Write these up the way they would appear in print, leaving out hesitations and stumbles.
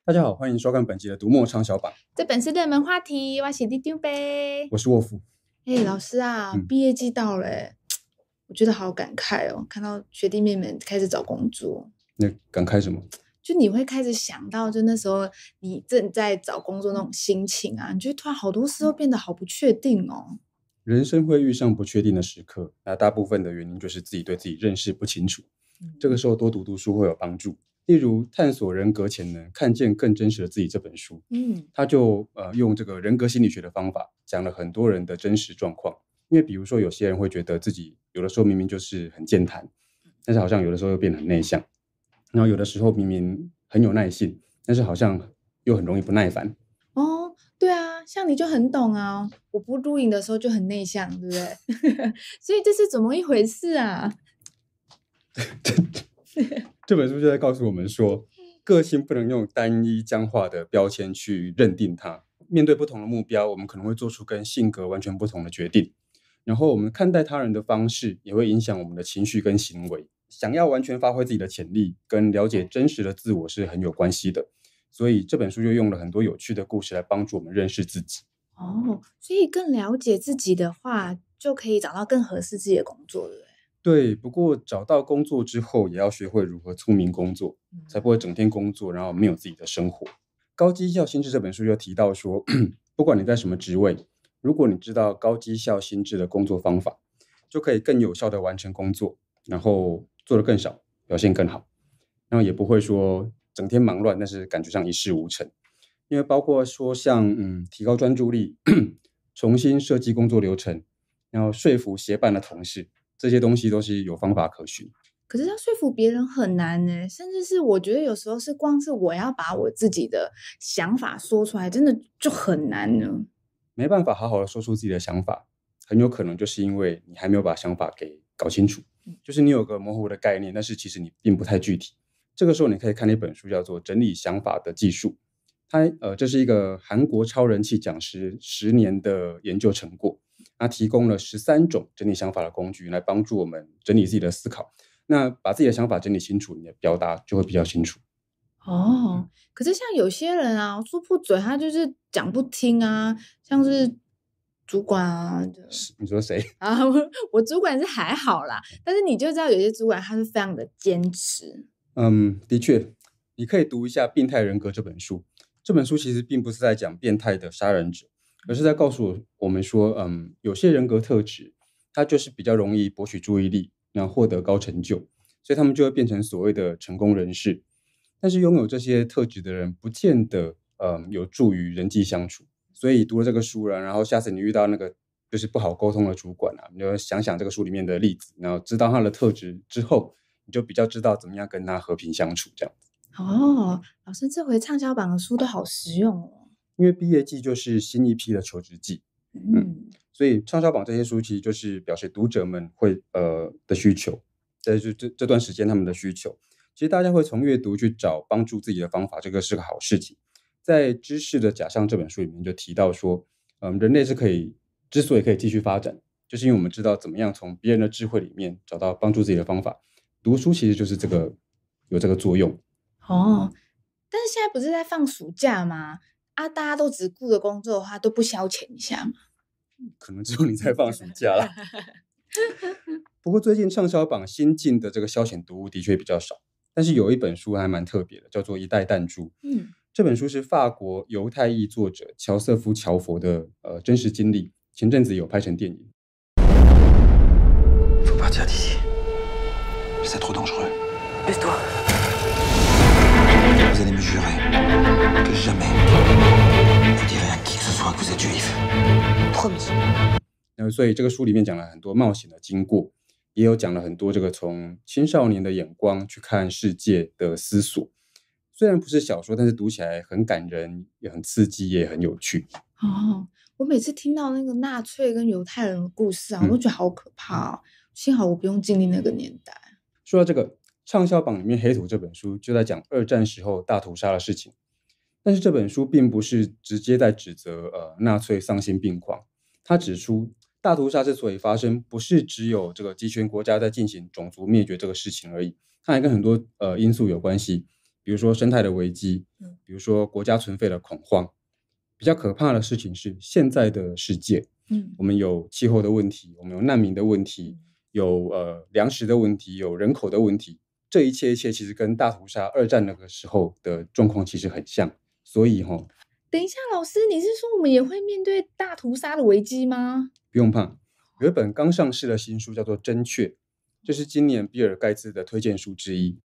大家好，欢迎收看本期的读墨畅销榜。 这本是热门话题，我是丢丢呗。 我是沃夫。 老师啊，毕业季到了我觉得好感慨哦，看到学弟妹们开始找工作。 那感慨什么？ 就你会开始想到，就那时候你正在找工作那种心情啊，你就突然好多事都变得好不确定哦。 人生会遇上不确定的时刻，那大部分的原因就是自己对自己认识不清楚。这个时候多读读书会有帮助。例如《探索人格潜能，看见更真实的自己》这本书，他就用这个人格心理学的方法，讲了很多人的真实状况。因为比如说有些人会觉得自己有的时候明明就是很健谈，但是好像有的时候又变得很内向，然后有的时候明明很有耐性，但是好像又很容易不耐烦。 哦，对啊，像你就很懂啊，我不录影的时候就很内向，对不对？所以这是怎么一回事啊？ 这本书就在告诉我们说，个性不能用单一僵化的标签去认定它。面对不同的目标，我们可能会做出跟性格完全不同的决定。然后我们看待他人的方式也会影响我们的情绪跟行为。想要完全发挥自己的潜力，跟了解真实的自我是很有关系的。所以这本书就用了很多有趣的故事来帮助我们认识自己。 哦，所以更了解自己的话，就可以找到更合适自己的工作，对不对？ 对，不过找到工作之后，也要学会如何聪明工作，才不会整天工作，然后没有自己的生活。高绩效心智这本书就提到说，不管你在什么职位，如果你知道高绩效心智的工作方法，就可以更有效的完成工作，然后做得更少，表现更好，然后也不会说整天忙乱，但是感觉上一事无成。因为包括说像提高专注力，重新设计工作流程，然后说服协办的同事。这些东西都是有方法可循。 可是要说服别人很难呢，甚至是我觉得有时候是光是我要把我自己的想法说出来，真的就很难呢。 没办法好好的说出自己的想法，很有可能就是因为你还没有把想法给搞清楚，就是你有个模糊的概念，但是其实你并不太具体。这个时候你可以看一本书，叫做《整理想法的技术》。这是一个韩国超人气讲师10年的研究成果，他提供了13种整理想法的工具，来帮助我们整理自己的思考。那把自己的想法整理清楚，你的表达就会比较清楚。 哦，可是像有些人啊，说破嘴他就是讲不听啊，像是主管啊， 你说谁啊？我主管是还好啦，但是你就知道有些主管他是非常的坚持。 的确，你可以读一下《病态人格》这本书。这本书其实并不是在讲变态的杀人者，而是在告诉我们说，有些人格特质，他就是比较容易博取注意力，然后获得高成就，所以他们就会变成所谓的成功人士。但是拥有这些特质的人，不见得有助于人际相处。所以读了这个书了，然后下次你遇到那个就是不好沟通的主管啊，你就想想这个书里面的例子，然后知道他的特质之后，你就比较知道怎么样跟他和平相处这样子。 哦，老师这回畅销榜的书都好实用哦。 因为毕业季就是新一批的求职季，所以畅销榜这些书其实就是表示读者们会的需求，在这段时间他们的需求，其实大家会从阅读去找帮助自己的方法，这个是个好事情。在《知识的假象》这本书里面就提到说，人类之所以可以继续发展，就是因为我们知道怎么样从别人的智慧里面找到帮助自己的方法。读书其实就是有这个作用。 哦，但是现在不是在放暑假吗？啊，大家都只顾着工作的话，都不消遣一下吗？ 可能只有你在放暑假啦。不过最近畅销榜新进的这个消遣读物的确比较少，但是有一本书还蛮特别的，叫做《一代弹珠》。这本书是法国犹太裔作者乔瑟夫·乔佛的真实经历，前阵子有拍成电影。 Faut partir d'ici. C'est trop dangereux. Baisse-toi. Vous allez me jurer que jamais vous direz à qui que ce soit que vous êtes juif. Promis. 所以这个书里面讲了很多冒险的经过，也有讲了很多这个从青少年的眼光去看世界的思索。虽然不是小说，但是读起来很感人，也很刺激，也很有趣。 哦，我每次听到那个纳粹跟犹太人的故事啊，我都觉得好可怕哦。幸好我不用经历那个年代。 说到这个畅销榜里面，《黑土》这本书就在讲2战时候大屠杀的事情。但是这本书并不是直接在指责纳粹丧心病狂，他指出大屠杀之所以发生，不是只有这个集权国家在进行种族灭绝这个事情而已，它还跟很多因素有关系。 比如说生态的危机，比如说国家存废的恐慌。比较可怕的事情是现在的世界，我们有气候的问题，我们有难民的问题，有粮食的问题，有人口的问题，这一切其实跟大屠杀二战那个时候的状况其实很像。所以等一下，老师，你是说我们也会面对大屠杀的危机吗？ 不用怕，有一本刚上市的新书叫做《真确》，这是今年比尔盖茨的推荐书之一。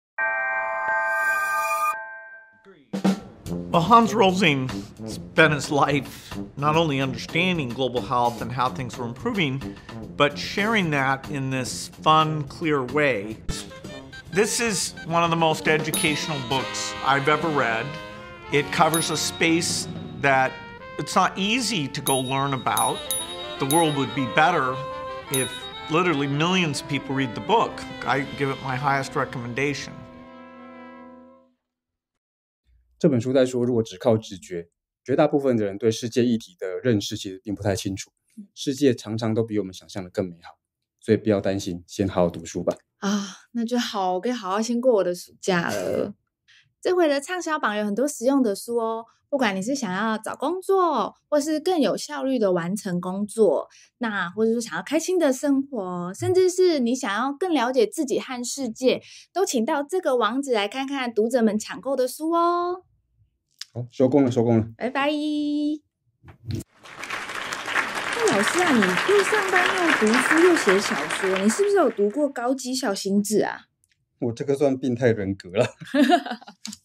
Well, Hans Rosling spent his life not only understanding global health and how things were improving, but sharing that in this fun, clear way. This is one of the most educational books I've ever read. It covers a space that it's not easy to go learn about. The world would be better if literally millions of people read the book. I give it my highest recommendation. 这本书在说，如果只靠直觉，绝大部分的人对世界议题的认识其实并不太清楚。世界常常都比我们想象的更美好，所以不要担心，先好好读书吧。 那就好，我可以好好先过我的暑假了。这回的畅销榜有很多实用的书哦，不管你是想要找工作，或是更有效率的完成工作，那或者说想要开心的生活，甚至是你想要更了解自己和世界，都请到这个网址来看看读者们抢购的书哦。 好，收工了， 拜拜。老师啊，你又上班又读书又写小说，你是不是有读过高绩效心智啊？ 我这个算病态人格了。